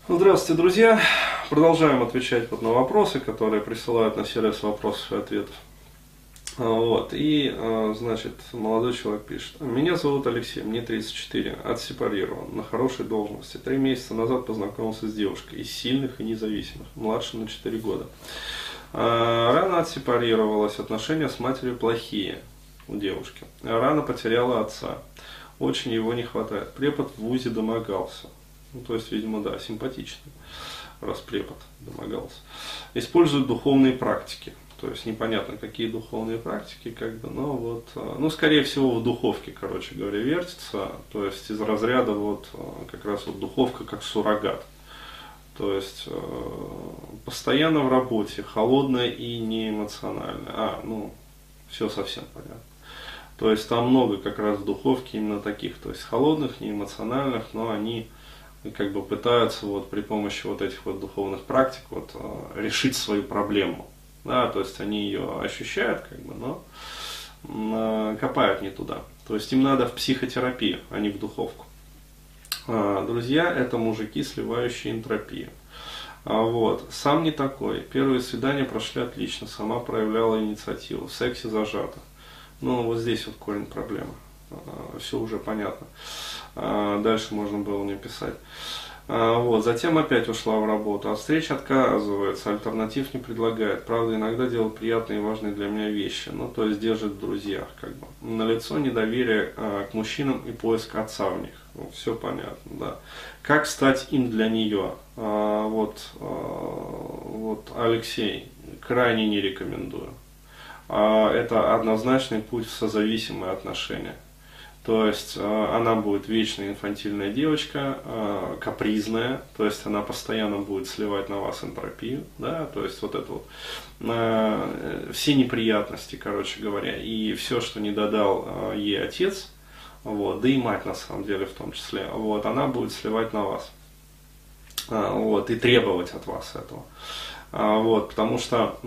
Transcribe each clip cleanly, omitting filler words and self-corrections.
Здравствуйте, друзья! Продолжаем отвечать на вопросы, которые присылают на сервис вопросов и ответов. Значит, молодой человек пишет. Меня зовут Алексей, мне 34, отсепарирован, на хорошей должности. 3 месяца назад познакомился с девушкой из сильных и независимых, младше на 4 года. Рано отсепарировалась, отношения с матерью плохие у девушки. Рано потеряла отца, очень его не хватает. Препод в вузе домогался. То есть, видимо, да, симпатичный, раз препод домогался. Используют духовные практики. То есть, непонятно, какие духовные практики, скорее всего, в духовке, короче говоря, вертится. То есть, из разряда как раз духовка как суррогат. То есть, постоянно в работе, холодная и неэмоциональная. Все совсем понятно. То есть, там много как раз в духовке именно таких, то есть, холодных, неэмоциональных, но они пытаются при помощи этих духовных практик решить свою проблему. Да, то есть они ее ощущают, но копают не туда. То есть им надо в психотерапию, а не в духовку. Друзья, это мужики, сливающие энтропию. Сам не такой. Первые свидания прошли отлично, сама проявляла инициативу, в сексе зажата. Здесь корень проблемы. Все уже понятно. Дальше можно было не писать. Затем опять ушла в работу. От встреч отказывается, альтернатив не предлагает. Правда, иногда делает приятные и важные для меня вещи. То есть держит в друзьях. Налицо недоверие к мужчинам и поиск отца в них. Все понятно, да. Как стать им для нее? Алексей, крайне не рекомендую. Это однозначный путь в созависимые отношения. То есть она будет вечная инфантильная девочка, капризная, то есть она постоянно будет сливать на вас энтропию, да, то есть все неприятности, короче говоря, и все, что не додал ей отец, да и мать на самом деле в том числе, она будет сливать на вас, и требовать от вас этого, потому что,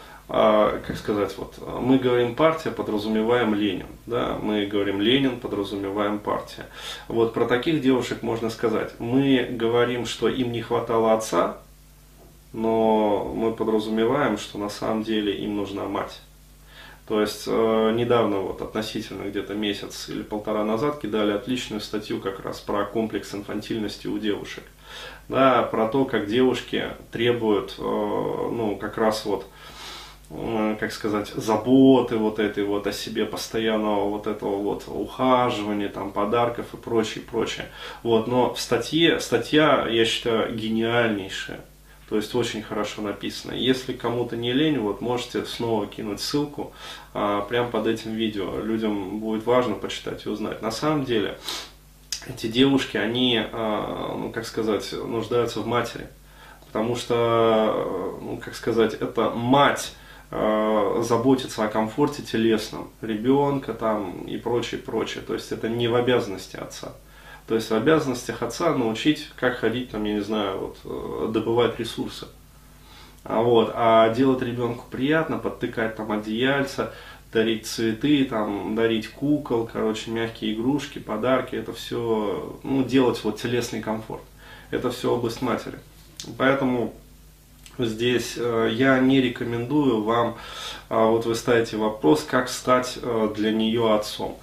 мы говорим партия, подразумеваем Ленин, да, мы говорим Ленин, подразумеваем партия. Про таких девушек можно сказать, мы говорим, что им не хватало отца, но мы подразумеваем, что на самом деле им нужна мать. То есть недавно, относительно где-то месяц или полтора назад кидали отличную статью как раз про комплекс инфантильности у девушек. Да, про то, как девушки требуют, заботы о себе, постоянного этого ухаживания, подарков и прочее. Но статья, я считаю, гениальнейшая. То есть очень хорошо написано. Если кому-то не лень, можете снова кинуть ссылку прямо под этим видео. Людям будет важно почитать и узнать. На самом деле, эти девушки, они, нуждаются в матери. Потому что, это мать заботиться о комфорте телесном ребенка и прочее. То есть это не в обязанности отца. То есть в обязанностях отца научить, как ходить, добывать ресурсы. А делать ребенку приятно, подтыкать одеяльца, дарить цветы, дарить кукол, мягкие игрушки, подарки, это все, делать телесный комфорт. Это все область матери. Поэтому здесь я не рекомендую вам, вы ставите вопрос, как стать для нее отцом.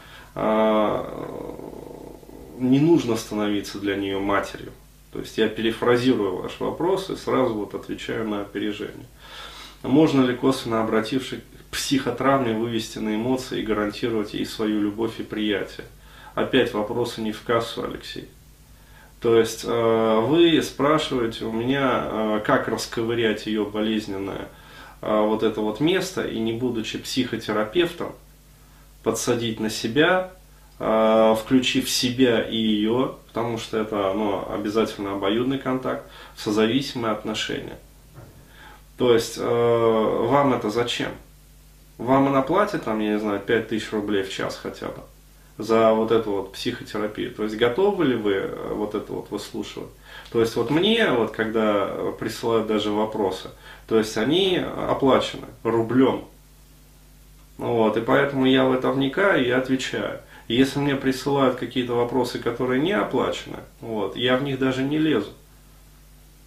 Не нужно становиться для нее матерью. То есть я перефразирую ваш вопрос и сразу отвечаю на опережение. Можно ли косвенно обратившись к психотравме вывести на эмоции и гарантировать ей свою любовь и приятие? Опять вопросы не в кассу, Алексей. То есть вы спрашиваете у меня, как расковырять ее болезненное место, и не будучи психотерапевтом, подсадить на себя, включив себя и ее, потому что это обязательно обоюдный контакт, в созависимые отношения. То есть вам это зачем? Вам она платит, 5000 рублей в час хотя бы за эту психотерапию. То есть готовы ли вы это выслушивать? То есть мне, когда присылают даже вопросы, то есть они оплачены рублем. И поэтому я в это вникаю и отвечаю. И если мне присылают какие-то вопросы, которые не оплачены, я в них даже не лезу.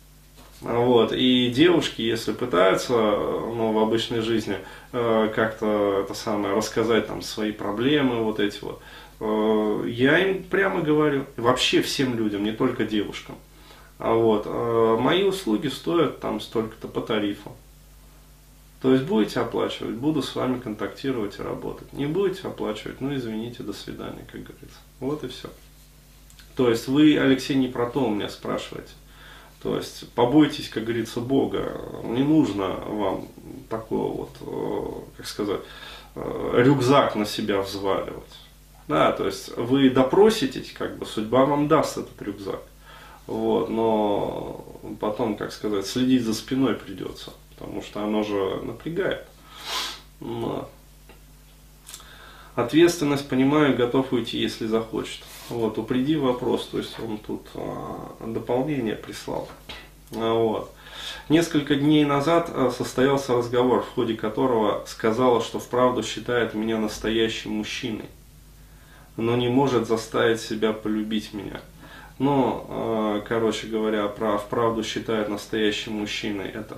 Вот. И девушки, если пытаются, ну, в обычной жизни как-то это самое, рассказать там свои проблемы, вот эти вот, я им прямо говорю, вообще всем людям, не только девушкам. Вот. Мои услуги стоят там столько-то по тарифу. То есть будете оплачивать, буду с вами контактировать и работать. Не будете оплачивать, ну извините, до свидания, как говорится. Вот и все. То есть вы, Алексей, не про то у меня спрашиваете. То есть побойтесь, как говорится, Бога. Не нужно вам такого вот, как сказать, рюкзак на себя взваливать. Да, то есть вы допроситесь, как бы судьба вам даст этот рюкзак. Вот, но потом, как сказать, следить за спиной придется, потому что оно же напрягает. Но ответственность, понимаю, готов уйти, если захочет. Вот, упреди вопрос, то есть он тут дополнение прислал. Вот. Несколько дней назад состоялся разговор, в ходе которого сказала, что вправду считает меня настоящим мужчиной, но не может заставить себя полюбить меня. Но, короче говоря, вправду считает настоящим мужчиной это.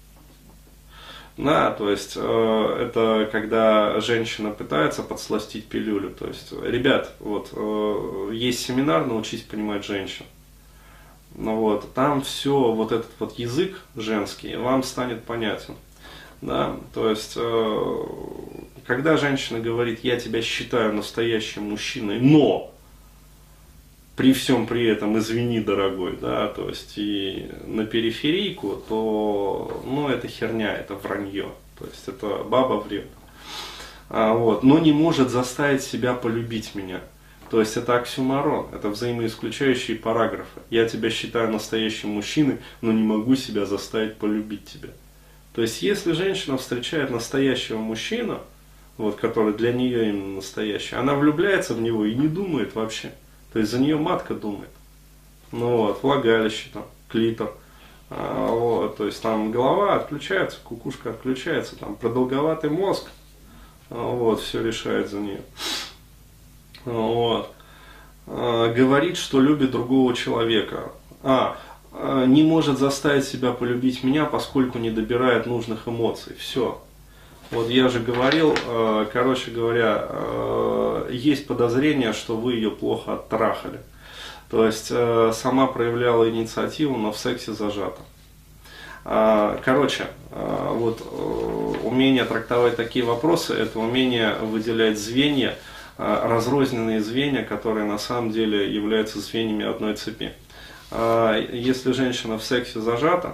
Да, то есть это когда женщина пытается подсластить пилюлю. То есть, ребят, вот есть семинар «Научись понимать женщин». Ну вот, там все, вот этот вот язык женский вам станет понятен. Да, то есть, когда женщина говорит, я тебя считаю настоящим мужчиной, но при всем при этом, извини, дорогой, да, то есть и на периферийку, то, ну, это херня, это вранье, то есть это баба врет. Вот, но не может заставить себя полюбить меня. То есть это оксюморон, это взаимоисключающие параграфы. Я тебя считаю настоящим мужчиной, но не могу себя заставить полюбить тебя. То есть если женщина встречает настоящего мужчину, вот, который для нее именно настоящий, она влюбляется в него и не думает вообще. То есть за нее матка думает. Ну вот, влагалище, там, клитор. Вот, то есть там голова отключается, кукушка отключается, там продолговатый мозг. Вот, все решает за нее. Вот. Говорит, что любит другого человека. Не может заставить себя полюбить меня, поскольку не добирает нужных эмоций. Все. Вот я же говорил, короче говоря, есть подозрение, что вы ее плохо оттрахали. То есть сама проявляла инициативу, но в сексе зажата. Короче, вот умение трактовать такие вопросы, это умение выделять звенья, разрозненные звенья, которые на самом деле являются звеньями одной цепи. Если женщина в сексе зажата,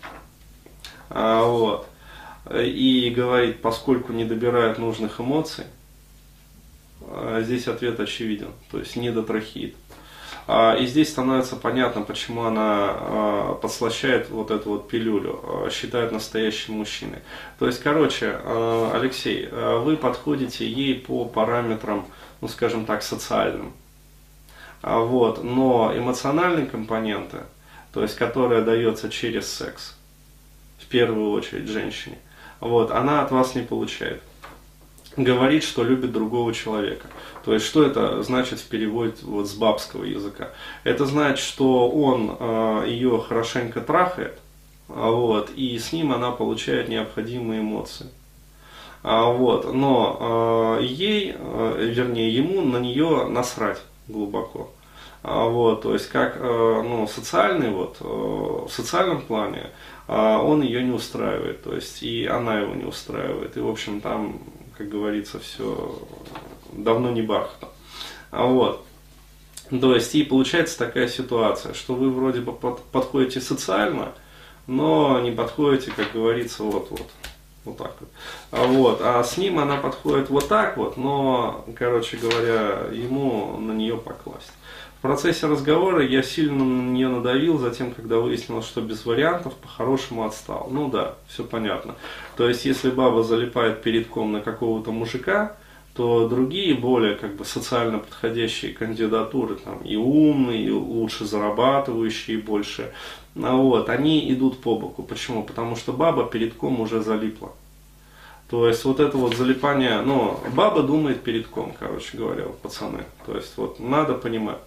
вот, и говорит, поскольку не добирает нужных эмоций, здесь ответ очевиден, то есть недотрахеид. И здесь становится понятно, почему она подслащает вот эту вот пилюлю, считает настоящим мужчиной. То есть, короче, Алексей, вы подходите ей по параметрам, ну скажем так, социальным. Вот, но эмоциональные компоненты, то есть, которая дается через секс, в первую очередь женщине, вот, она от вас не получает. Говорит, что любит другого человека. То есть, что это значит в переводе вот с бабского языка? Это значит, что он ее хорошенько трахает, вот, и с ним она получает необходимые эмоции. Вот, но ей, вернее, ему на нее насрать глубоко. Вот, то есть, как ну, социальный, вот, в социальном плане он ее не устраивает, то есть, и она его не устраивает. И, в общем, там, как говорится, все давно не бархатно. Вот. То есть, и получается такая ситуация, что вы вроде бы подходите социально, но не подходите, как говорится, вот так вот. Вот. А с ним она подходит вот так вот, но, короче говоря, ему на нее покласть. В процессе разговора я сильно на нее надавил, затем, когда выяснилось, что без вариантов, по-хорошему отстал. Ну да, все понятно. То есть, если баба залипает передком на какого-то мужика, то другие, более как бы социально подходящие кандидатуры, там, и умные, и лучше зарабатывающие, больше, вот, они идут по боку. Почему? Потому что баба передком уже залипла. То есть вот это вот залипание, ну, баба думает перед ком, короче говоря, вот, пацаны. То есть вот надо понимать,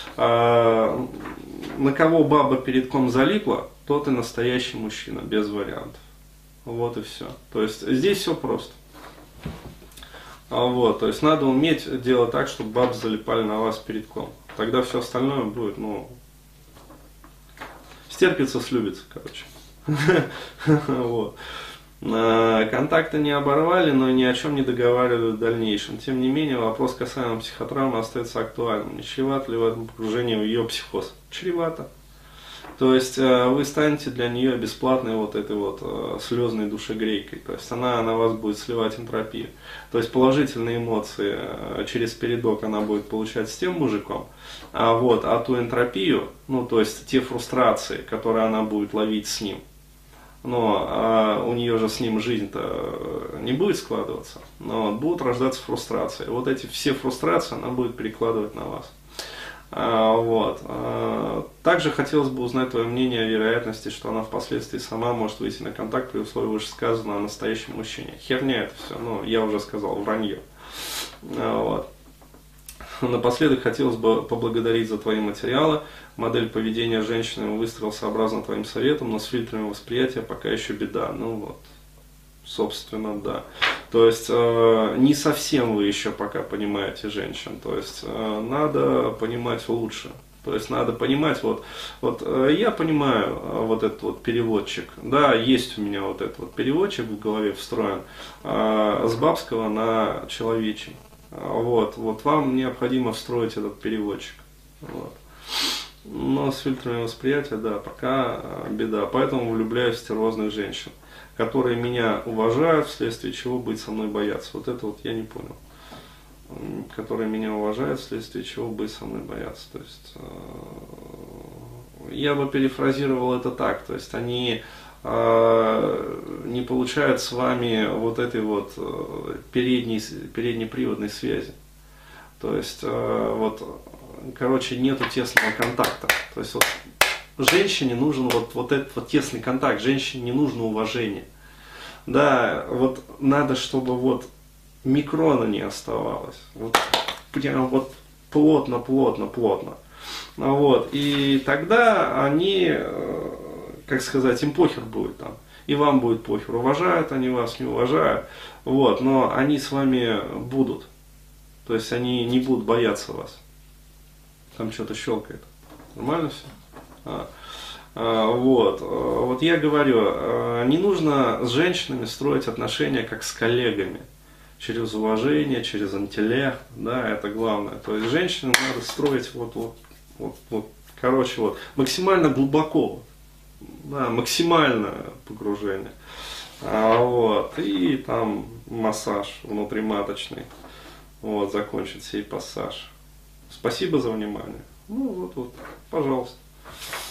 на кого баба перед ком залипла, тот и настоящий мужчина, без вариантов. Вот и все. То есть здесь все просто. Вот, то есть надо уметь делать так, чтобы бабы залипали на вас перед ком. Тогда все остальное будет, ну, стерпится, слюбится, короче. Вот. Контакты не оборвали, но ни о чем не договаривали в дальнейшем. Тем не менее, вопрос касаемо психотравмы остается актуальным. Не чревато ли в этом погружении в ее психоз? Чревато. То есть вы станете для нее бесплатной вот этой вот слезной душегрейкой. То есть она на вас будет сливать энтропию. То есть положительные эмоции через передок она будет получать с тем мужиком, а ту энтропию, ну то есть те фрустрации, которые она будет ловить с ним, но у нее же с ним жизнь-то не будет складываться, но будут рождаться фрустрации. Вот эти все фрустрации она будет перекладывать на вас. Также хотелось бы узнать твое мнение о вероятности, что она впоследствии сама может выйти на контакт при условии вышесказанного о настоящем мужчине. Херня это все, ну, я уже сказал, вранье. Вот. Напоследок хотелось бы поблагодарить за твои материалы. Модель поведения женщины выстроил сообразно твоим советам, но с фильтрами восприятия пока еще беда. Ну вот, собственно, да. То есть не совсем вы еще пока понимаете женщин. То есть надо понимать лучше. То есть надо понимать, вот я понимаю вот этот вот переводчик, да, есть у меня вот этот вот переводчик в голове встроен с бабского на человечий. Вот вам необходимо встроить этот переводчик. Вот. Но с фильтрами восприятия, да, пока беда. Поэтому влюбляюсь в стервозных женщин, которые меня уважают, вследствие чего быть со мной боятся. Вот это вот я не понял. Которые меня уважают, вследствие чего быть со мной боятся. То есть я бы перефразировал это так. То есть они не получают с вами вот этой вот переднеприводной связи. То есть короче, нету тесного контакта. То есть вот женщине нужен вот этот вот тесный контакт, женщине не нужно уважение. Да, вот надо, чтобы вот микрона не оставалось. Вот прям вот плотно. Вот. И тогда они, как сказать, им похер будет там. И вам будет похер, уважают они вас, не уважают. Вот, но они с вами будут. То есть они не будут бояться вас. Там что-то щелкает. Нормально все? Вот я говорю, не нужно с женщинами строить отношения как с коллегами. Через уважение, через интеллект, да, это главное. То есть женщину надо строить максимально глубоко, да, максимальное погружение. И там массаж внутриматочный, закончить сей пассаж. Спасибо за внимание. Пожалуйста.